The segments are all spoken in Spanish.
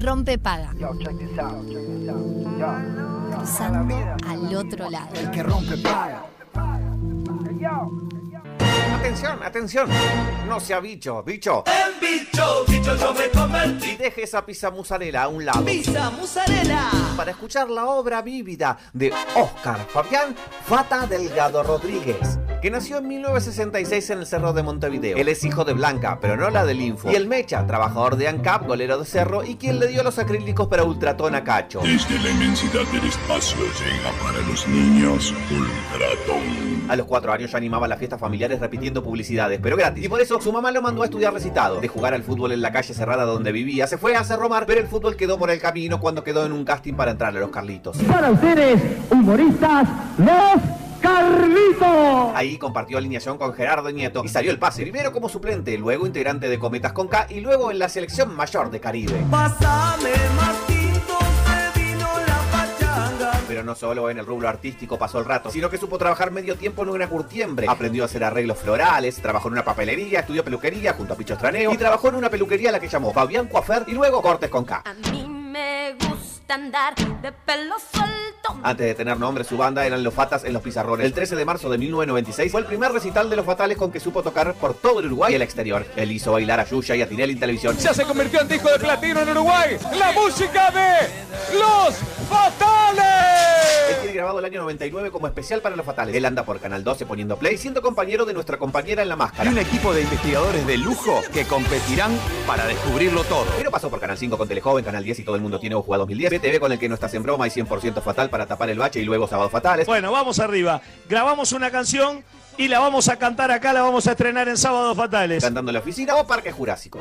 Rompe Paga. Cruzando al otro lado. El que rompe paga. Atención, atención. No sea bicho. En bicho yo me convertí. Y deje esa pizza mozzarella a un lado. Pizza mozzarella. Para escuchar la obra vívida de Óscar Fabián Fata Delgado Rodríguez, que nació en 1966 en el Cerro de Montevideo. Él es hijo de Blanca, pero no la del Info. Y el Mecha, trabajador de ANCAP, golero de Cerro, y quien le dio los acrílicos para Ultratón a Cacho. Desde la inmensidad del espacio llega para los niños Ultratón. A los 4 años ya animaba las fiestas familiares repitiendo publicidades, pero gratis. Y por eso su mamá lo mandó a estudiar recitado. De jugar al fútbol en la calle cerrada donde vivía, se fue a Cerro Mar, pero el fútbol quedó por el camino cuando quedó en un casting para entrar a los Carlitos. Para ustedes, humoristas, los Carlitos. Ahí compartió alineación con Gerardo Nieto y salió el pase. Primero como suplente, luego integrante de Cometas con K y luego en la selección mayor de Caribe. Pásame más tinto, se vino la pachanga. Pero no solo en el rubro artístico pasó el rato, sino que supo trabajar medio tiempo en una curtiembre. Aprendió a hacer arreglos florales, trabajó en una papelería, estudió peluquería junto a Picho Estraneo y trabajó en una peluquería a la que llamó Fabián Coafer y luego Cortes con K. A mí me gusta andar de pelo suelto. Antes de tener nombre, su banda eran Los Fatas en los Pizarrones. El 13 de marzo de 1996 fue el primer recital de Los Fatales con que supo tocar por todo el Uruguay y el exterior. Él hizo bailar a Yuya y a Tinelli en televisión. Ya se convirtió en disco de platino en Uruguay. La música de Los Fatales. Él tiene grabado el año 99 como especial para Los Fatales. Él anda por Canal 12 poniendo play, siendo compañero de nuestra compañera en La Máscara. Y un equipo de investigadores de lujo que competirán para descubrirlo todo. Pero pasó por Canal 5 con Telejoven, Canal 10 y Todo el Mundo Tiene Ojo a 2010, BTV con El que no estás en broma y 100% fatal para tapar el bache y luego Sábados Fatales. Bueno, vamos arriba. Grabamos una canción y la vamos a cantar acá, la vamos a estrenar en Sábados Fatales. Cantando en la oficina o Parque Jurásico.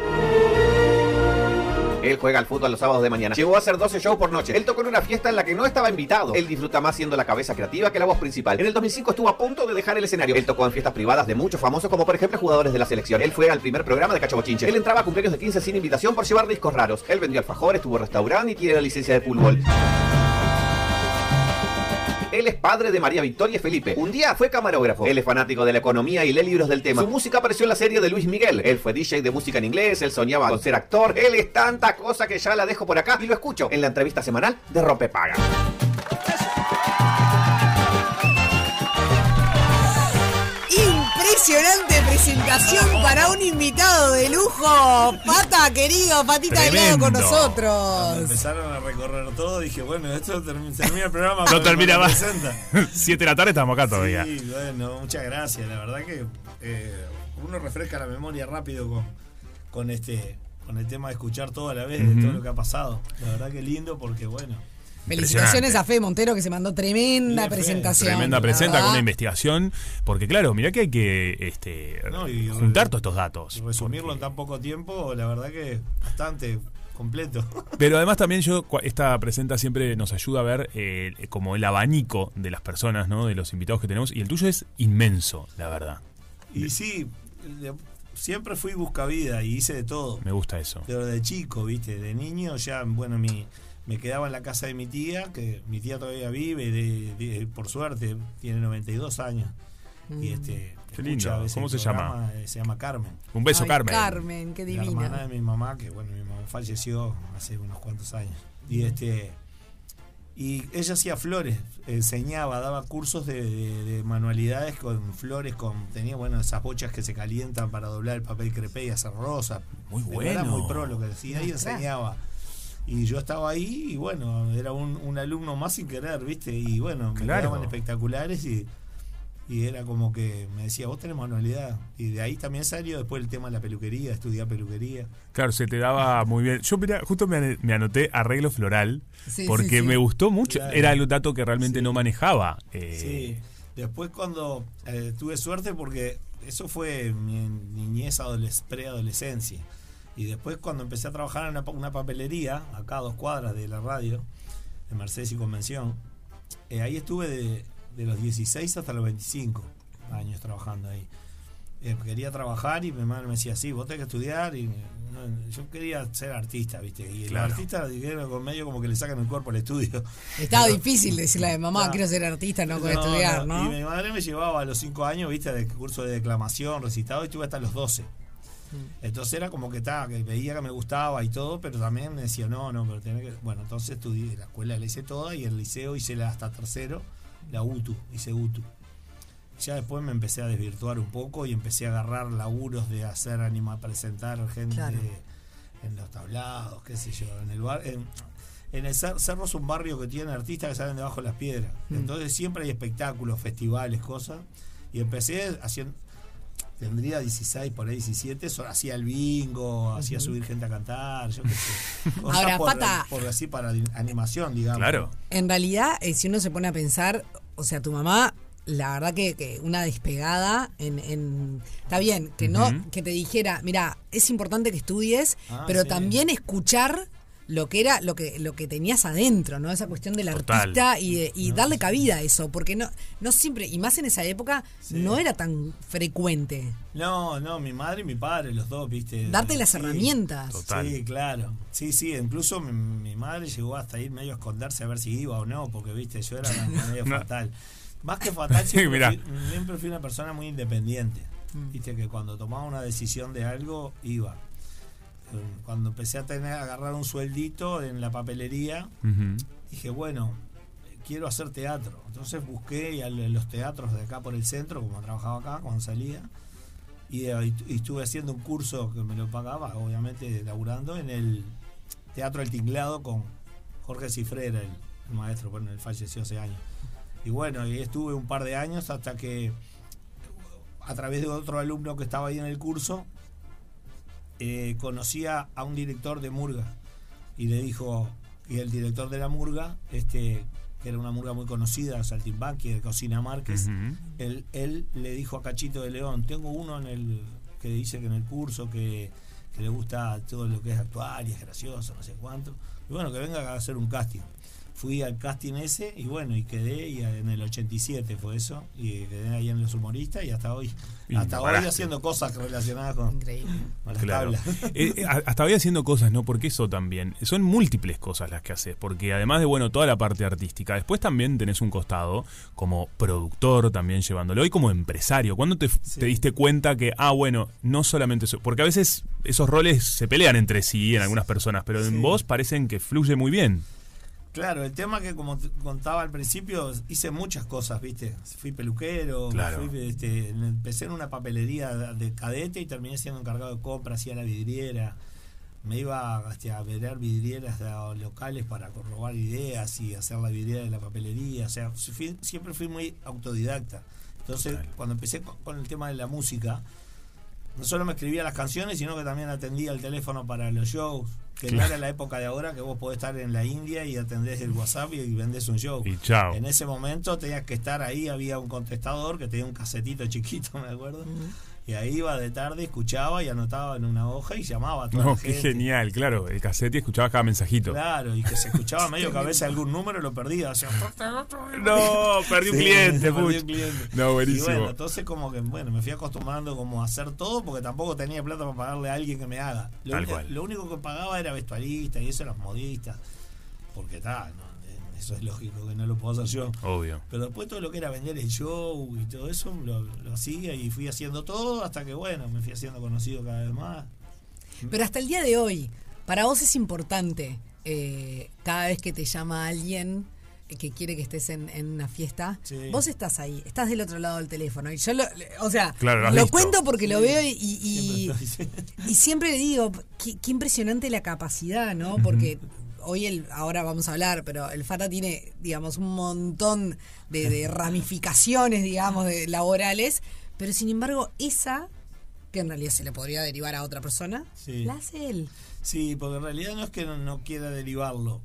Él juega al fútbol los sábados de mañana. Llegó a hacer 12 shows por noche. Él tocó en una fiesta en la que no estaba invitado. Él disfruta más siendo la cabeza creativa que la voz principal. En el 2005 estuvo a punto de dejar el escenario. Él tocó en fiestas privadas de muchos famosos, como por ejemplo jugadores de la selección. Él fue al primer programa de Cacho Bochinche. Él entraba a cumpleaños de 15 sin invitación por llevar discos raros. Él vendió alfajores, tuvo restaurante y tiene la licencia de fútbol. Él es padre de María Victoria y Felipe. Un día fue camarógrafo. Él es fanático de la economía y lee libros del tema. Su música apareció en la serie de Luis Miguel. Él fue DJ de música en inglés. Él soñaba con ser actor. Él es tanta cosa que ya la dejo por acá y lo escucho en la entrevista semanal de Rompe Paga. Impresionante presentación para un invitado de lujo. Pata, querido, Patita Delgado con nosotros. Cuando empezaron a recorrer todo, dije, bueno, esto termina el programa. No termina más. 7 de la tarde estamos acá todavía. Sí, bueno, muchas gracias. La verdad que uno refresca la memoria rápido con el tema de escuchar todo a la vez de todo lo que ha pasado. La verdad que lindo porque, bueno. Felicitaciones a Fede Montero que se mandó tremenda presentación. Tremenda presenta con una investigación. Porque claro, mirá que hay que juntar todos estos datos. Y resumirlo en tan poco tiempo, la verdad que bastante completo. Pero además también esta presenta siempre nos ayuda a ver como el abanico de las personas, ¿no? De los invitados que tenemos. Y el tuyo es inmenso, la verdad. Y sí, siempre fui buscavida y hice de todo. Me gusta eso. Pero de chico, viste, de niño ya, bueno, me quedaba en la casa de mi tía, que mi tía todavía vive, por suerte, tiene 92 años. Y qué lindo. ¿Cómo se llama? Se llama Carmen. Un beso, Carmen. Carmen, qué divina. La hermana de mi mamá, que bueno, mi mamá falleció hace unos cuantos años. Y ella hacía flores, enseñaba, daba cursos de manualidades con flores, tenía esas bochas que se calientan para doblar el papel crepé y hacer rosas. Muy bueno. Era muy pro lo que decía y enseñaba. Y yo estaba ahí y bueno, era un alumno más sin querer, ¿viste? Y bueno, me quedaban espectaculares y era como que me decía, vos tenés manualidad. Y de ahí también salió después el tema de la peluquería, estudiar peluquería. Claro, se te daba muy bien. Yo justo me anoté arreglo floral porque me gustó mucho. Claro. Era el dato que realmente no manejaba. Sí, después cuando tuve suerte porque eso fue mi niñez, preadolescencia. Y después cuando empecé a trabajar en una papelería, acá a 2 cuadras de la radio, de Mercedes y Convención, ahí estuve de los 16 hasta los 25 años trabajando ahí. Quería trabajar y mi madre me decía, sí, vos tenés que estudiar. Y yo quería ser artista, ¿viste? Y el artista, con medio como que le sacan el cuerpo al estudio. Estaba difícil decirle a mi mamá, quiero ser artista, no estudiar, ¿no? Y mi madre me llevaba a los 5 años, ¿viste? De curso de declamación, recitado, y estuve hasta los 12. Entonces era como que veía que me gustaba y todo, pero también me decía, no, pero tenés que... Bueno, entonces estudié, la escuela la hice toda y el liceo hice hasta tercero, la UTU, hice UTU. Ya después me empecé a desvirtuar un poco y empecé a agarrar laburos de hacer presentar gente en los tablados, qué sé yo, en el bar... En el Cerro es un barrio que tiene artistas que salen debajo de las piedras. Entonces siempre hay espectáculos, festivales, cosas. Y empecé haciendo... Tendría 16, por ahí 17. Hacía el bingo, hacía subir gente a cantar, yo qué sé. Cosas Ahora, Pata, así para animación, digamos. Claro. En realidad, si uno se pone a pensar, o sea, tu mamá, la verdad que una despegada está bien, que no, que te dijera, mira, es importante que estudies, pero también escuchar lo que era lo que tenías adentro, ¿no? Esa cuestión del artista y darle cabida a eso, porque no siempre, y más en esa época, no era tan frecuente. No, mi madre y mi padre, los dos, viste. Darte las herramientas. Total. Sí, claro. Sí, incluso mi madre llegó hasta ir medio a esconderse a ver si iba o no, porque viste, yo era medio fatal. Más que fatal, siempre fui una persona muy independiente. Viste que cuando tomaba una decisión de algo, iba. Cuando empecé a agarrar un sueldito en la papelería, dije, bueno, quiero hacer teatro. Entonces busqué los teatros de acá por el centro, como trabajaba acá cuando salía, y estuve haciendo un curso que me lo pagaba, obviamente laburando, en el Teatro El Tinglado con Jorge Cifrera, el maestro, bueno, él falleció hace años. Y bueno, y estuve un par de años hasta que, a través de otro alumno que estaba ahí en el curso, conocía a un director de murga y le dijo, y el director de la murga, que era una murga muy conocida, Saltimbanqui, de Cocina Márquez, él le dijo a Cachito de León, tengo uno que dice que en el curso que le gusta todo lo que es actuar y es gracioso, no sé cuánto, y bueno, que venga a hacer un casting. Fui al casting ese y bueno, y quedé, y en el 87 fue eso, y quedé ahí en Los Humoristas y hasta hoy haciendo cosas relacionadas con las tablas. Hasta hoy haciendo cosas, ¿no? Porque eso también, son múltiples cosas las que haces, porque además de, bueno, toda la parte artística, después también tenés un costado como productor también llevándolo, y como empresario. ¿Cuándo te diste cuenta que, bueno, no solamente eso? Porque a veces esos roles se pelean entre sí en algunas personas, pero en vos parecen que fluye muy bien. Claro, el tema que, como te contaba al principio, hice muchas cosas, ¿viste? Fui peluquero, empecé en una papelería de cadete y terminé siendo encargado de compra, hacía la vidriera. Me iba a ver vidrieras locales para robar ideas y hacer la vidriera de la papelería. O sea, siempre fui muy autodidacta. Entonces, cuando empecé con el tema de la música, no solo me escribía las canciones, sino que también atendía el teléfono para los shows. Que no era la época de ahora que vos podés estar en la India y atendés el WhatsApp y vendés un show. Y chao. En ese momento tenías que estar ahí, había un contestador que tenía un casetito chiquito, me acuerdo. Y ahí iba de tarde, escuchaba y anotaba en una hoja y llamaba a toda la gente. Qué genial, claro, el cassette y escuchabas cada mensajito. Claro, y que se escuchaba medio que a veces algún número lo perdía. O sea, no, perdí un cliente. No, buenísimo. Y bueno, entonces como que, bueno, me fui acostumbrando como a hacer todo porque tampoco tenía plata para pagarle a alguien que me haga. Lo único que pagaba era vestuarista y eso, las modistas. Porque eso es lógico que no lo puedo hacer yo. Obvio. Pero después todo lo que era vender el show y todo eso lo hacía y fui haciendo todo hasta que, bueno, me fui haciendo conocido cada vez más. Pero hasta el día de hoy, para vos es importante cada vez que te llama alguien que quiere que estés en una fiesta, vos estás ahí, estás del otro lado del teléfono y yo lo cuento porque lo veo y siempre le digo, qué impresionante la capacidad, ¿no? Porque ahora vamos a hablar, pero el Fata tiene, digamos, un montón de ramificaciones, digamos, laborales, pero sin embargo esa, que en realidad se le podría derivar a otra persona, la hace él. Sí, porque en realidad no es que no quiera derivarlo.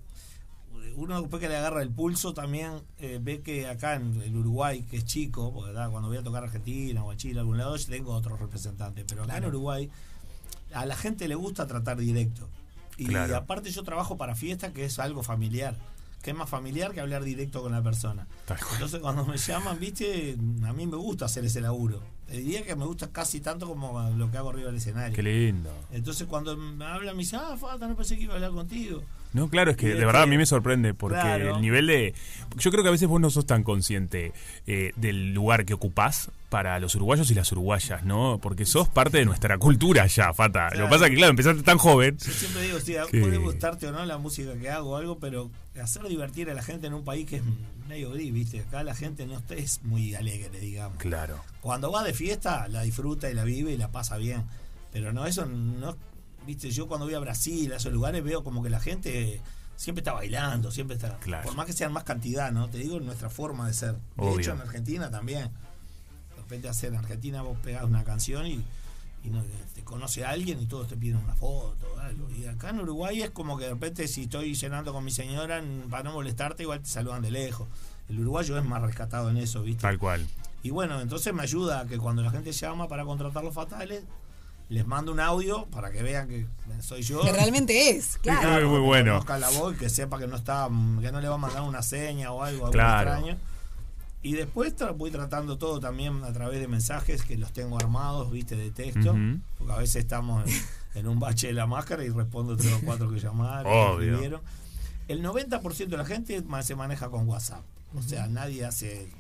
Uno después que le agarra el pulso también ve que acá en el Uruguay, que es chico, porque cuando voy a tocar Argentina o a Chile, a algún lado, tengo otros representantes, pero acá en Uruguay a la gente le gusta tratar directo. Y aparte yo trabajo para fiestas, que es algo familiar, que es más familiar que hablar directo con la persona. Entonces cuando me llaman, viste, a mí me gusta hacer ese laburo. Te diría que me gusta casi tanto como lo que hago arriba del escenario. Qué lindo. Entonces cuando me hablan me dicen, Fata, no pensé que iba a hablar contigo. No, claro, es que de verdad a mí me sorprende porque Claro. el nivel de... Yo creo que a veces vos no sos tan consciente del lugar que ocupás para los uruguayos y las uruguayas, ¿no? Porque sos parte de nuestra cultura ya, Fata. Lo que pasa es que, claro, empezaste tan joven. Yo siempre digo, sí, que- puede gustarte o no la música que hago o algo, pero hacer divertir a la gente en un país que es medio gris, ¿viste? Acá la gente no es muy alegre, digamos. Claro. Cuando va de fiesta, la disfruta y la vive y la pasa bien. Pero no, eso no... ¿Viste? Yo cuando voy a Brasil, a esos lugares, veo como que la gente siempre está bailando, siempre está... Claro. Por más que sean más cantidad, ¿no? Te digo, nuestra forma de ser. De Obvio. hecho, en Argentina también. De repente en Argentina vos pegás una canción y no, te conoce a alguien y todos te piden una foto o algo. Y acá en Uruguay es como que de repente si estoy cenando con mi señora, para no molestarte, igual te saludan de lejos. El uruguayo es más rescatado en eso, ¿viste? Tal cual. Y bueno, entonces me ayuda a que cuando la gente llama para contratar los fatales, les mando un audio para que vean que soy yo. Que realmente es, claro. Muy bueno. Que conozca la voz, que sepa que no está, que no le va a mandar una seña o algo Claro. extraño. Y después voy tratando todo también a través de mensajes que los tengo armados, viste, de texto. Ujú. Porque a veces estamos en un bache de la máscara y respondo 3 o 4 que llamaron, que Obvio. escribieron. El 90% de la gente se maneja con WhatsApp. O sea, nadie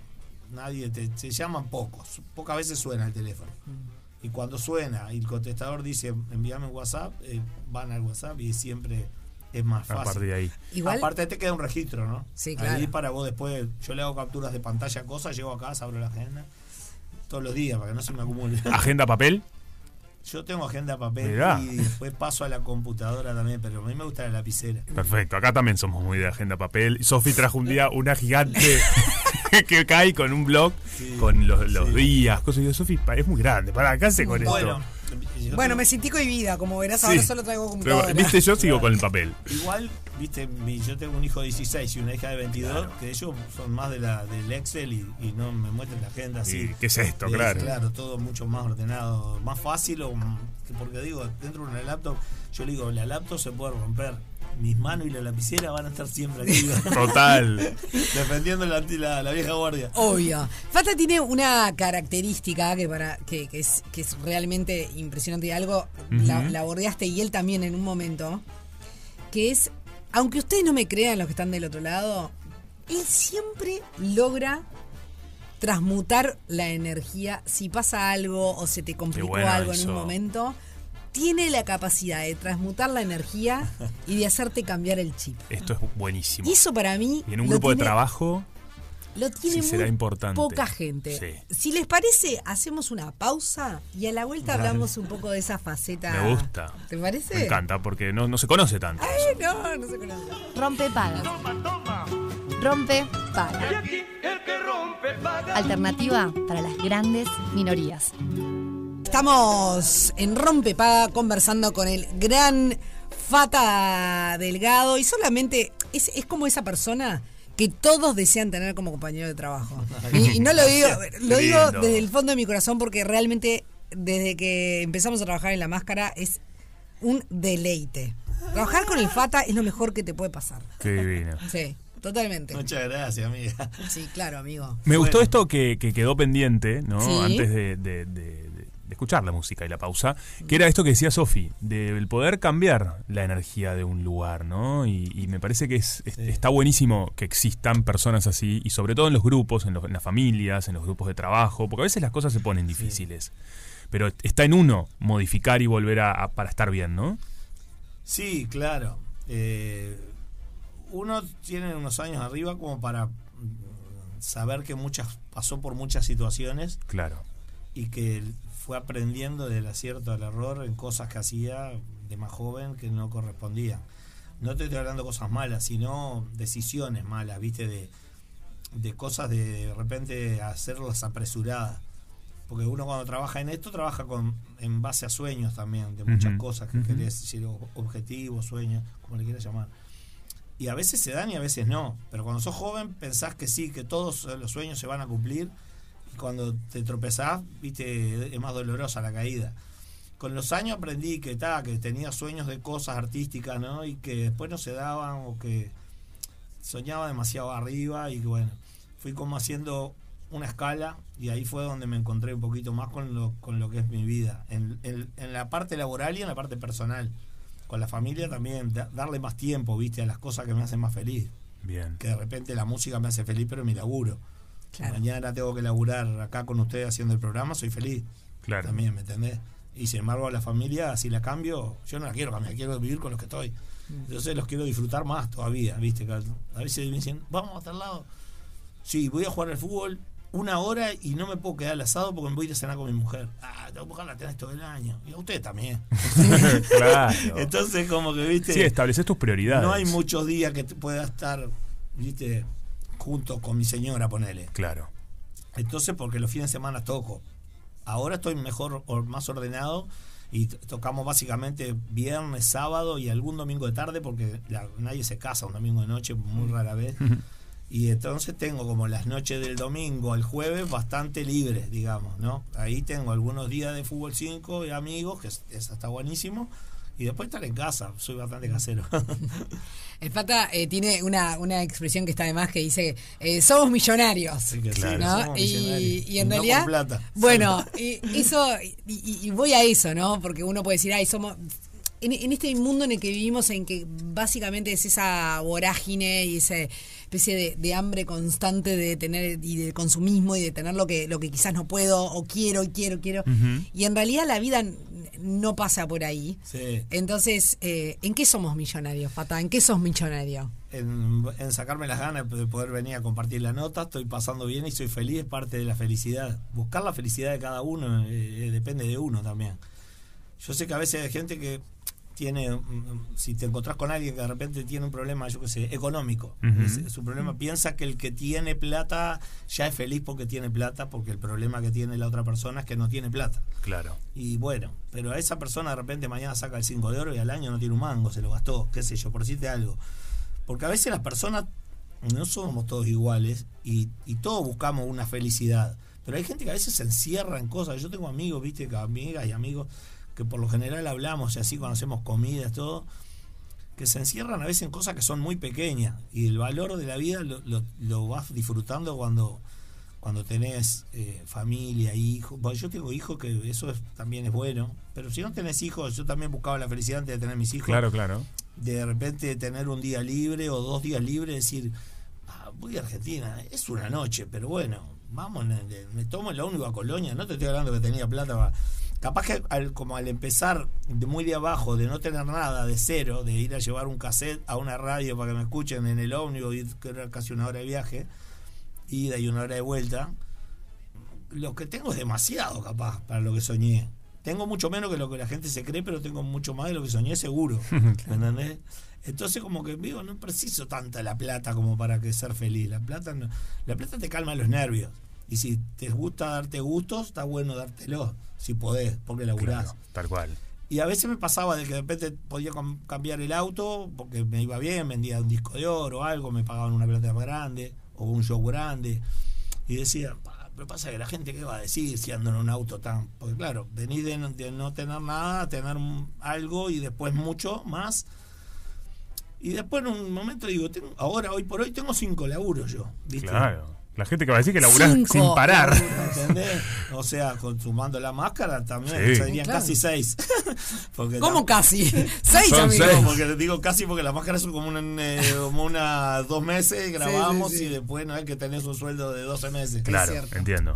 te llaman pocos. Pocas veces suena el teléfono. Y cuando suena y el contestador dice envíame un WhatsApp, van al WhatsApp y siempre es más fácil. A partir de ahí. Igual- Aparte te queda un registro, ¿no? Sí, claro. Ahí para vos después, yo le hago capturas de pantalla, cosas, llego a casa, abro la agenda todos los días para que no se me acumule. ¿Agenda papel? Yo tengo agenda papel Mirá. y después paso a la computadora también, pero a mí me gusta la lapicera. Perfecto, acá también somos muy de agenda papel. Sofi trajo un día una gigante que cae con un blog con los días, cosas. Y yo, Sofi, es muy grande. ¿Para qué hace con Bueno, esto? Bueno, me sentí cohibida, como verás, Sí. ahora solo traigo computadora. Pero, viste, yo sigo con el papel. Igual, viste, yo tengo un hijo de 16 y una hija de 22, que ellos son más del Excel y no me muestran la agenda así. ¿Y qué es esto? Claro. Claro, todo mucho más ordenado, más fácil, porque digo, dentro de una laptop, yo le digo, la laptop se puede romper. Mis manos y la lapicera van a estar siempre activas. Total. Defendiendo la vieja guardia. Obvio. Fata tiene una característica que es realmente impresionante y algo Ujú. la bordeaste y él también en un momento, que es, aunque ustedes no me crean los que están del otro lado, él siempre logra transmutar la energía. Si pasa algo o se te complicó bueno algo en eso. un momento, tiene la capacidad de transmutar la energía y de hacerte cambiar el chip. Esto es buenísimo. Y eso para mí Y en un lo grupo de tiene- trabajo, lo tiene sí será muy importante. poca gente. Sí. Si les parece, hacemos una pausa y a la vuelta Dale. hablamos un poco de esa faceta. me gusta. ¿Te parece? Me encanta porque no se conoce tanto. Ay, no se conoce. Rompe paga. Rompe paga. Alternativa para las grandes minorías. Estamos en Rompepaga conversando con el gran Fata Delgado y solamente es como esa persona que todos desean tener como compañero de trabajo. Y no lo digo, lo digo Lindo. desde el fondo de mi corazón porque realmente desde que empezamos a trabajar en La Máscara es un deleite. Trabajar con el Fata es lo mejor que te puede pasar. Qué divino. Sí, totalmente. Muchas gracias, amiga. Sí, claro, amigo. Me gustó esto que quedó pendiente, ¿no? Sí. Antes de escuchar la música y la pausa, que era esto que decía Sofi, del poder cambiar la energía de un lugar, ¿no? Y me parece que está buenísimo que existan personas así, y sobre todo en los grupos, en las familias, en los grupos de trabajo, porque a veces las cosas se ponen difíciles. Pero está en uno modificar y volver para estar bien, ¿no? Sí, claro. Uno tiene unos años arriba como para saber que pasó por muchas situaciones. Claro. Y que fue aprendiendo del acierto al error en cosas que hacía de más joven que no correspondían. No te estoy hablando de cosas malas, sino decisiones malas, ¿viste? De cosas de repente hacerlas apresuradas. Porque uno cuando trabaja en esto, trabaja en base a sueños también, de muchas Ujú, cosas que querés decir, objetivos, sueños, como le quieras llamar. Y a veces se dan y a veces no. Pero cuando sos joven pensás que sí, que todos los sueños se van a cumplir. Y cuando te tropezás, viste, es más dolorosa la caída. Con los años aprendí que tenía sueños de cosas artísticas, ¿no? Y que después no se daban o que soñaba demasiado arriba y que bueno, fui como haciendo una escala y ahí fue donde me encontré un poquito más con lo que es mi vida, en la parte laboral y en la parte personal. con la familia también, darle más tiempo, viste, a las cosas que me hacen más feliz. Bien. Que de repente la música me hace feliz, pero mi laburo. Claro. Mañana tengo que laburar acá con ustedes haciendo el programa, soy feliz. Claro. También, ¿me entendés? Y sin embargo a la familia, si la cambio, yo no la quiero cambiar, quiero vivir con los que estoy. Entonces los quiero disfrutar más todavía, ¿viste? A veces me dicen, vamos a tal lado. Sí, voy a jugar al fútbol 1 hora y no me puedo quedar al asado porque me voy a ir a cenar con mi mujer. Tu mujer la tenés todo el año. Y a ustedes también. Claro. Entonces como que, ¿viste? Sí, estableces tus prioridades. No hay muchos días que pueda estar, ¿viste? Junto con mi señora, ponele. Claro. Entonces, porque los fines de semana toco. Ahora estoy mejor, más ordenado y tocamos básicamente viernes, sábado y algún domingo de tarde porque nadie se casa un domingo de noche, muy rara vez. Y entonces tengo como las noches del domingo al jueves bastante libres, digamos, ¿no? Ahí tengo algunos días de fútbol 5 y amigos, que eso está buenísimo. Y después estar en casa, soy bastante casero. El Fata tiene una expresión que está de más que dice, somos millonarios. Sí, que claro. ¿no? Somos millonarios. Y en No realidad, por plata. bueno, eso, y voy a eso, ¿no? Porque uno puede decir, somos... En este mundo en el que vivimos, en que básicamente es esa vorágine y esa especie de hambre constante de tener y de consumismo y de tener lo que quizás no puedo o quiero. Y en realidad la vida no pasa por ahí. Sí. Entonces, ¿en qué somos millonarios, Fata? ¿En qué sos millonario? En sacarme las ganas de poder venir a compartir la nota, estoy pasando bien y soy feliz, es parte de la felicidad. Buscar la felicidad de cada uno depende de uno también. Yo sé que a veces hay gente que si te encontrás con alguien que de repente tiene un problema, yo qué sé, económico, su problema, piensa que el que tiene plata ya es feliz porque tiene plata, porque el problema que tiene la otra persona es que no tiene plata. Claro. Y bueno, pero a esa persona de repente mañana saca el 5 de oro y al año no tiene un mango, se lo gastó, qué sé yo, por decirte algo. Porque a veces las personas no somos todos iguales y todos buscamos una felicidad. Pero hay gente que a veces se encierra en cosas. Yo tengo amigos, viste, amigas y amigos que por lo general hablamos y así cuando hacemos comidas, todo, que se encierran a veces en cosas que son muy pequeñas y el valor de la vida lo vas disfrutando cuando tenés familia, hijos. Bueno, yo tengo hijos, que eso también es bueno, pero si no tenés hijos, yo también buscaba la felicidad antes de tener mis hijos. Claro. De repente tener un día libre o 2 días libres, decir, voy a Argentina, es una noche, pero bueno, vamos, me tomo la única colonia, no te estoy hablando que tenía plata capaz que al empezar muy de abajo, de no tener nada, de cero, de ir a llevar un cassette a una radio para que me escuchen en el ómnibus, que era casi 1 hora de viaje, ida y 1 hora de vuelta, lo que tengo es demasiado capaz para lo que soñé. Tengo mucho menos que lo que la gente se cree, pero tengo mucho más de lo que soñé seguro. ¿Me entendés? Entonces como que digo, no preciso tanta la plata como para que ser feliz. La plata te calma los nervios. Y si te gusta darte gustos, está bueno dártelos, si podés, porque laburás. Claro, tal cual. Y a veces me pasaba de que de repente podía cambiar el auto porque me iba bien, vendía un disco de oro o algo, me pagaban una plata más grande o un show grande. Y decía, pero pasa que la gente, ¿qué va a decir si ando en un auto tan...? Porque claro, venís de no tener nada a tener algo y después mucho más. Y después en un momento digo, hoy por hoy tengo 5 laburos yo, ¿viste? Claro. La gente que va a decir que laburás sin parar. ¿Entendés? O sea, sumando la máscara también serían casi 6. ¿Cómo casi? 6, amigos. Porque te digo casi porque la máscara son como 2 meses, grabamos y después no es que tenés un sueldo de 12 meses. Claro, entiendo.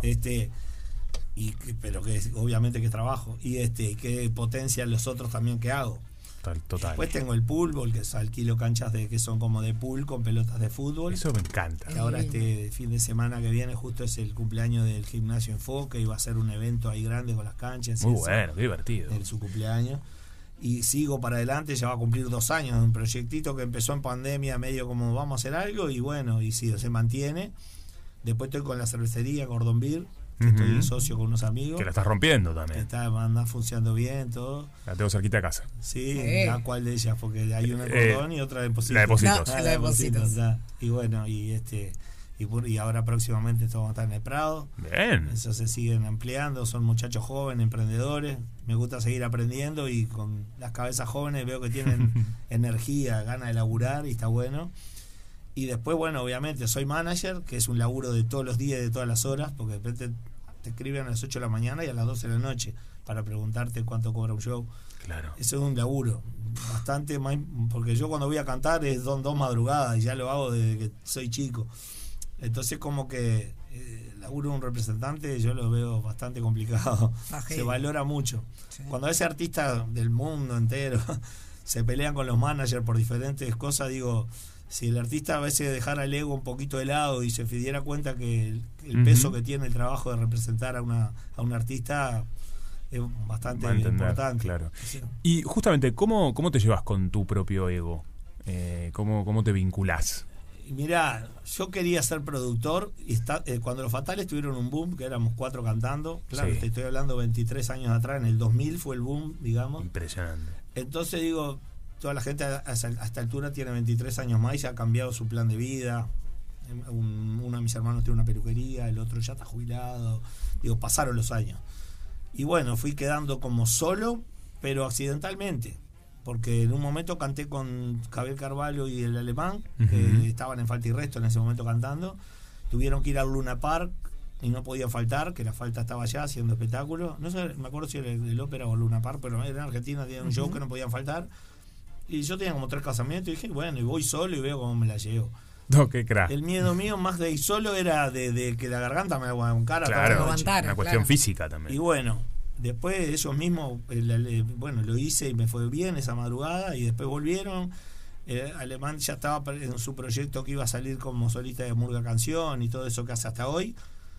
Pero que obviamente que trabajo. Y que potencian los otros también que hago. Total. Después tengo el pool, que alquilo canchas que son como de pool con pelotas de fútbol. Eso me encanta. Y ahora este fin de semana que viene justo es el cumpleaños del Gimnasio Enfoque y va a ser un evento ahí grande con las canchas. Muy bueno, qué divertido. En su cumpleaños. Y sigo para adelante, ya va a cumplir 2 años de un proyectito que empezó en pandemia, medio como vamos a hacer algo y bueno, y sí, se mantiene. Después estoy con la cervecería Gordon Beer, que estoy socio con unos amigos. Que la estás rompiendo también. Anda funcionando bien, todo. La tengo cerquita de casa. Sí, ¿cuál de ellas? Porque hay una en Cordón y otra en Positos. La de Positos. La de Positos. Y bueno, y ahora próximamente vamos a estar en el Prado. Bien. Eso se siguen ampliando, son muchachos jóvenes, emprendedores. Me gusta seguir aprendiendo y con las cabezas jóvenes veo que tienen energía, ganas de laburar y está bueno. Y después, bueno, obviamente soy manager, que es un laburo de todos los días y de todas las horas, porque de repente te escriben a las 8 de la mañana y a las 12 de la noche para preguntarte cuánto cobra un show. Claro. Eso es un laburo bastante más, porque yo cuando voy a cantar es 2 madrugadas y ya lo hago desde que soy chico. Entonces como que el laburo de un representante yo lo veo bastante complicado. Se valora mucho. Sí. Cuando ese artista del mundo entero se pelean con los managers por diferentes cosas, digo, si el artista a veces dejara el ego un poquito de lado y se diera cuenta que el peso que tiene el trabajo de representar a un artista es bastante importante. Claro. Sí. Y justamente, ¿cómo te llevas con tu propio ego? ¿Cómo te vinculás? Mirá, yo quería ser productor y cuando los Fatales tuvieron un boom, que éramos 4 cantando, claro, te estoy hablando 23 años atrás, en el 2000 fue el boom, digamos. Impresionante. Entonces digo, toda la gente a esta altura tiene 23 años más y se ha cambiado su plan de vida. Uno de mis hermanos tiene una peluquería, el otro ya está jubilado. Digo, pasaron los años. Y bueno, fui quedando como solo, pero accidentalmente. Porque en un momento canté con Javier Carvalho y el Alemán, que estaban en Falta y Resto en ese momento cantando. Tuvieron que ir al Luna Park y no podían faltar, que la Falta estaba allá haciendo espectáculos. No sé, me acuerdo si era el Ópera o el Luna Park, pero era en Argentina, tenía un show que no podían faltar. Y yo tenía como 3 casamientos y dije, bueno, y voy solo y veo cómo me la llevo. No, qué crack. El miedo mío más de ir solo era de que la garganta me aguantara. Claro, una cuestión física también. Y bueno, después ellos mismos, bueno, lo hice y me fue bien esa madrugada y después volvieron. Alemán ya estaba en su proyecto que iba a salir como solista de Murga Canción y todo eso que hace hasta hoy.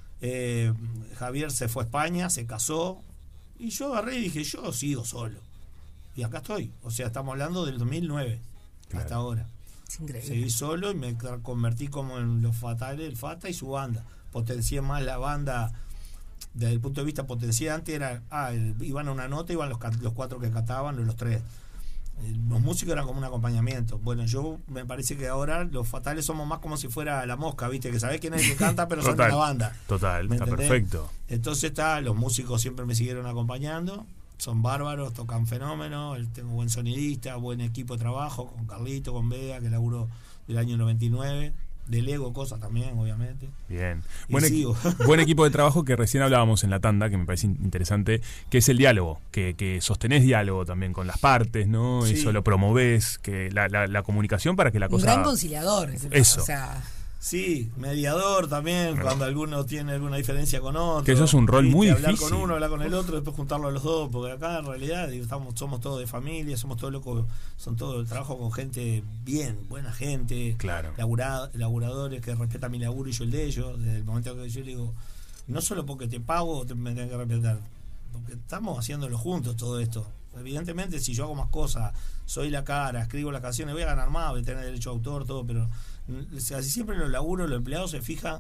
Javier se fue a España, se casó y yo agarré y dije, yo sigo solo. Y acá estoy. O sea, estamos hablando del 2009 hasta ahora. Es increíble. Seguí solo y me convertí como en los Fatales, el Fata y su banda. Potencié más la banda desde el punto de vista potencié. Antes era, iban a una nota, iban los 4 que cantaban, los 3. Los músicos eran como un acompañamiento. Bueno, yo me parece que ahora los Fatales somos más como si fuera La Mosca, ¿viste? Que sabés quién es el que canta, pero son de la banda. Total, está perfecto. Entonces los músicos siempre me siguieron acompañando. Son bárbaros, tocan fenómeno. Tengo buen sonidista, buen equipo de trabajo con Carlito, con Bea, que laburó del año 99. Del ego, cosas también, obviamente. Bien. Buen equipo de trabajo que recién hablábamos en la tanda, que me parece interesante, que es el diálogo, que sostenés diálogo también con las partes, ¿no? Sí. Eso lo promovés, que la comunicación para que la cosa... Un gran conciliador. Eso. O sea... Sí, mediador también, cuando alguno tiene alguna diferencia con otro. Que eso es un rol muy hablar difícil. Hablar con uno, hablar con el otro, después juntarlo a los dos, porque acá en realidad somos todos de familia, somos todos locos, son todo el trabajo con gente bien, buena gente, claro, laburadores que respetan mi laburo y yo el de ellos. Desde el momento que yo le digo, no solo porque te pago me tengo que respetar, porque estamos haciéndolo juntos todo esto. Evidentemente, si yo hago más cosas, soy la cara, escribo las canciones, voy a ganar más, voy a tener derecho a autor, todo, pero así siempre en los laburos los empleados se fijan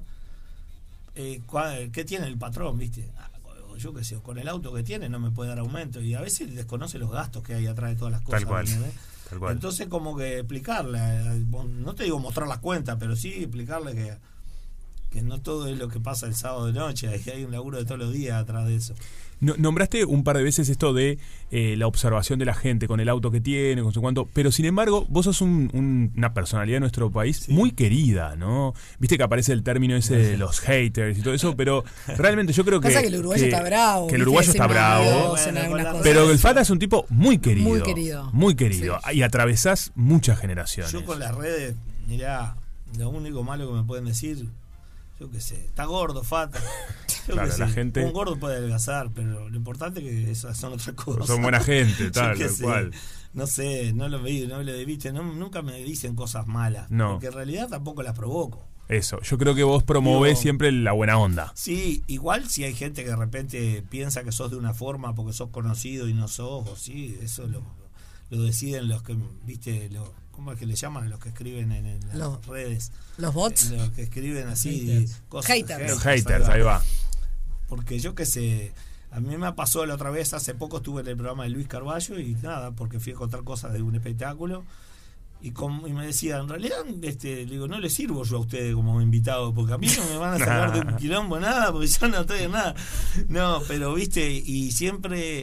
qué tiene el patrón, ¿viste? Yo qué sé, con el auto que tiene no me puede dar aumento y a veces desconoce los gastos que hay atrás de todas las cosas. Tal cual. Entonces como que explicarle, no te digo mostrar las cuentas, pero sí explicarle que no todo es lo que pasa el sábado de noche, hay un laburo de todos los días atrás de eso. Nombraste un par de veces esto de la observación de la gente con el auto que tiene, con su cuánto, pero sin embargo vos sos una personalidad de nuestro país muy querida, ¿no? Viste que aparece el término ese de los haters y todo eso, pero realmente yo creo que... Pasa que el uruguayo está bravo. Que el uruguayo está bravo, pero el Fata es un tipo muy querido. Muy querido. Muy querido. Sí. Y atravesás muchas generaciones. Yo con las redes, mirá, lo único malo que me pueden decir... Yo qué sé, está gordo, Fata. Claro, la gente... Un gordo puede adelgazar, pero lo importante es que esas son otras cosas. Son buena gente, tal cual. No sé, no lo viste, nunca me dicen cosas malas. No. Porque en realidad tampoco las provoco. Eso, yo creo que vos promovés siempre la buena onda. Sí, igual si hay gente que de repente piensa que sos de una forma porque sos conocido y no sos, o sí, eso lo deciden los que, viste, ¿cómo es que le llaman a los que escriben en las redes? ¿Los bots? Los que escriben así cosas. Haters. Los haters, ahí va. Porque yo qué sé, a mí me pasó la otra vez, hace poco estuve en el programa de Luis Carballo y nada, porque fui a contar cosas de un espectáculo y me decía, en realidad, le digo, no le sirvo yo a ustedes como invitado, porque a mí no me van a sacar de un quilombo nada, porque yo no estoy en nada. No, pero viste, y siempre...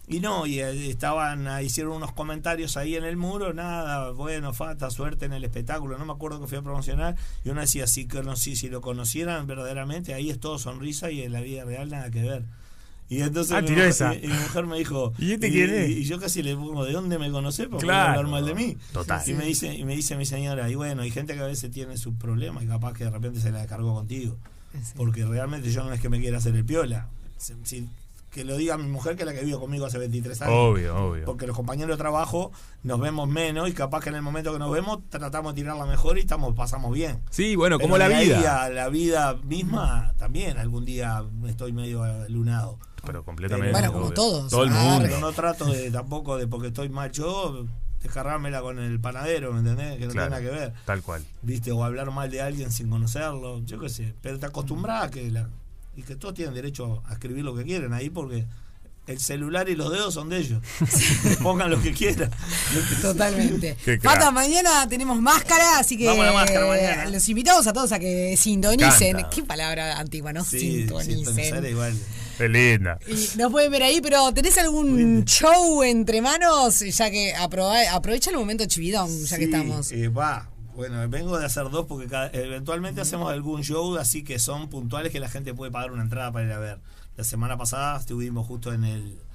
Y no, hicieron unos comentarios ahí en el muro, nada, bueno, falta suerte en el espectáculo, no me acuerdo que fui a promocionar, y uno decía, si lo conocieran verdaderamente, ahí es todo sonrisa y en la vida real nada que ver. Y entonces mi mujer me dijo, ¿y este quién es? Y yo casi le pongo, ¿de dónde me conocés? Porque claro, hablar mal de mí. Total. Y me dice mi señora, y bueno, hay gente que a veces tiene sus problemas y capaz que de repente se la descargó contigo. Sí. Porque realmente yo no es que me quiera hacer el piola. Que lo diga mi mujer, que es la que vive conmigo hace 23 años. Obvio. Porque los compañeros de trabajo nos vemos menos y capaz que en el momento que nos vemos tratamos de tirarla mejor y pasamos bien. Sí, bueno, como pero la vida. La vida misma también, algún día estoy medio lunado. Pero completamente. Bueno, como todos. Todo el mundo. Pero no trato tampoco de, porque estoy mal yo, descargármela con el panadero, ¿me entendés? Que no tiene nada que ver. Tal cual. ¿Viste? O hablar mal de alguien sin conocerlo, yo qué sé. Pero te acostumbras a y que todos tienen derecho a escribir lo que quieren ahí, porque el celular y los dedos son de ellos. Pongan lo que quieran. Totalmente. Fata, mañana tenemos máscara, así que vamos a la máscara mañana. Los invitamos a todos a que sintonicen. Canta. Qué palabra antigua, ¿no? Sí, sintonicen. Igual. Qué linda. Y nos pueden ver ahí, pero ¿tenés algún show entre manos? Ya que aprovecha el momento chividón, ya que estamos. Bueno, vengo de hacer 2 porque eventualmente hacemos algún show, así que son puntuales que la gente puede pagar una entrada para ir a ver. La semana pasada estuvimos justo en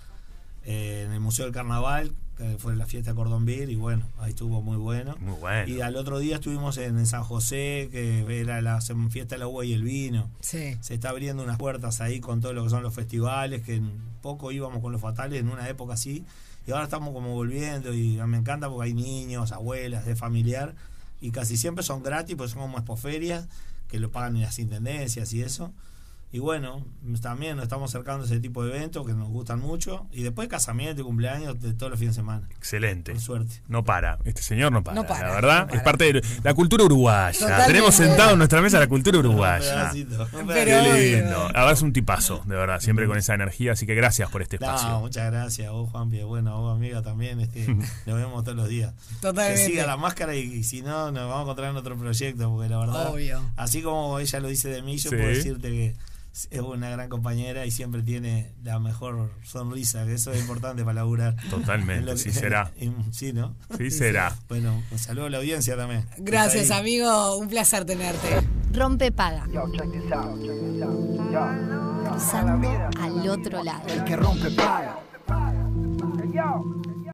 el Museo del Carnaval, que fue la fiesta de Cordón Beer, y bueno, ahí estuvo muy bueno. Muy bueno. Y al otro día estuvimos en San José, que era la fiesta de la uva y el vino. Sí. Se está abriendo unas puertas ahí con todo lo que son los festivales, que en poco íbamos con los Fatales en una época así, y ahora estamos como volviendo, y me encanta porque hay niños, abuelas, de familiar, y casi siempre son gratis, pues son como expoferias, que lo pagan en las intendencias y eso. Y bueno, también nos estamos acercando a ese tipo de eventos que nos gustan mucho. Y después casamiento y cumpleaños de todos los fines de semana. Excelente. Por suerte. No para. Este señor no para. La verdad, no para. es parte de la cultura uruguaya. Totalmente. Tenemos sentado en nuestra mesa la cultura uruguaya. Qué lindo. La verdad es un tipazo, de verdad. Siempre con esa energía. Así que gracias por este espacio. No, muchas gracias. Vos, Juanpi. Bueno, vos, amiga, también. Nos vemos todos los días. Totalmente. Que siga la máscara y si no, nos vamos a encontrar en otro proyecto. Porque la verdad, obvio, así como ella lo dice de mí, yo puedo decirte que es una gran compañera y siempre tiene la mejor sonrisa, que eso es importante para laburar. Totalmente, sí será. Sí, ¿no? Sí será. Bueno, un saludo a la audiencia también. Gracias, amigo, un placer tenerte. Rompe paga. Cruzando al otro lado. El que rompe paga.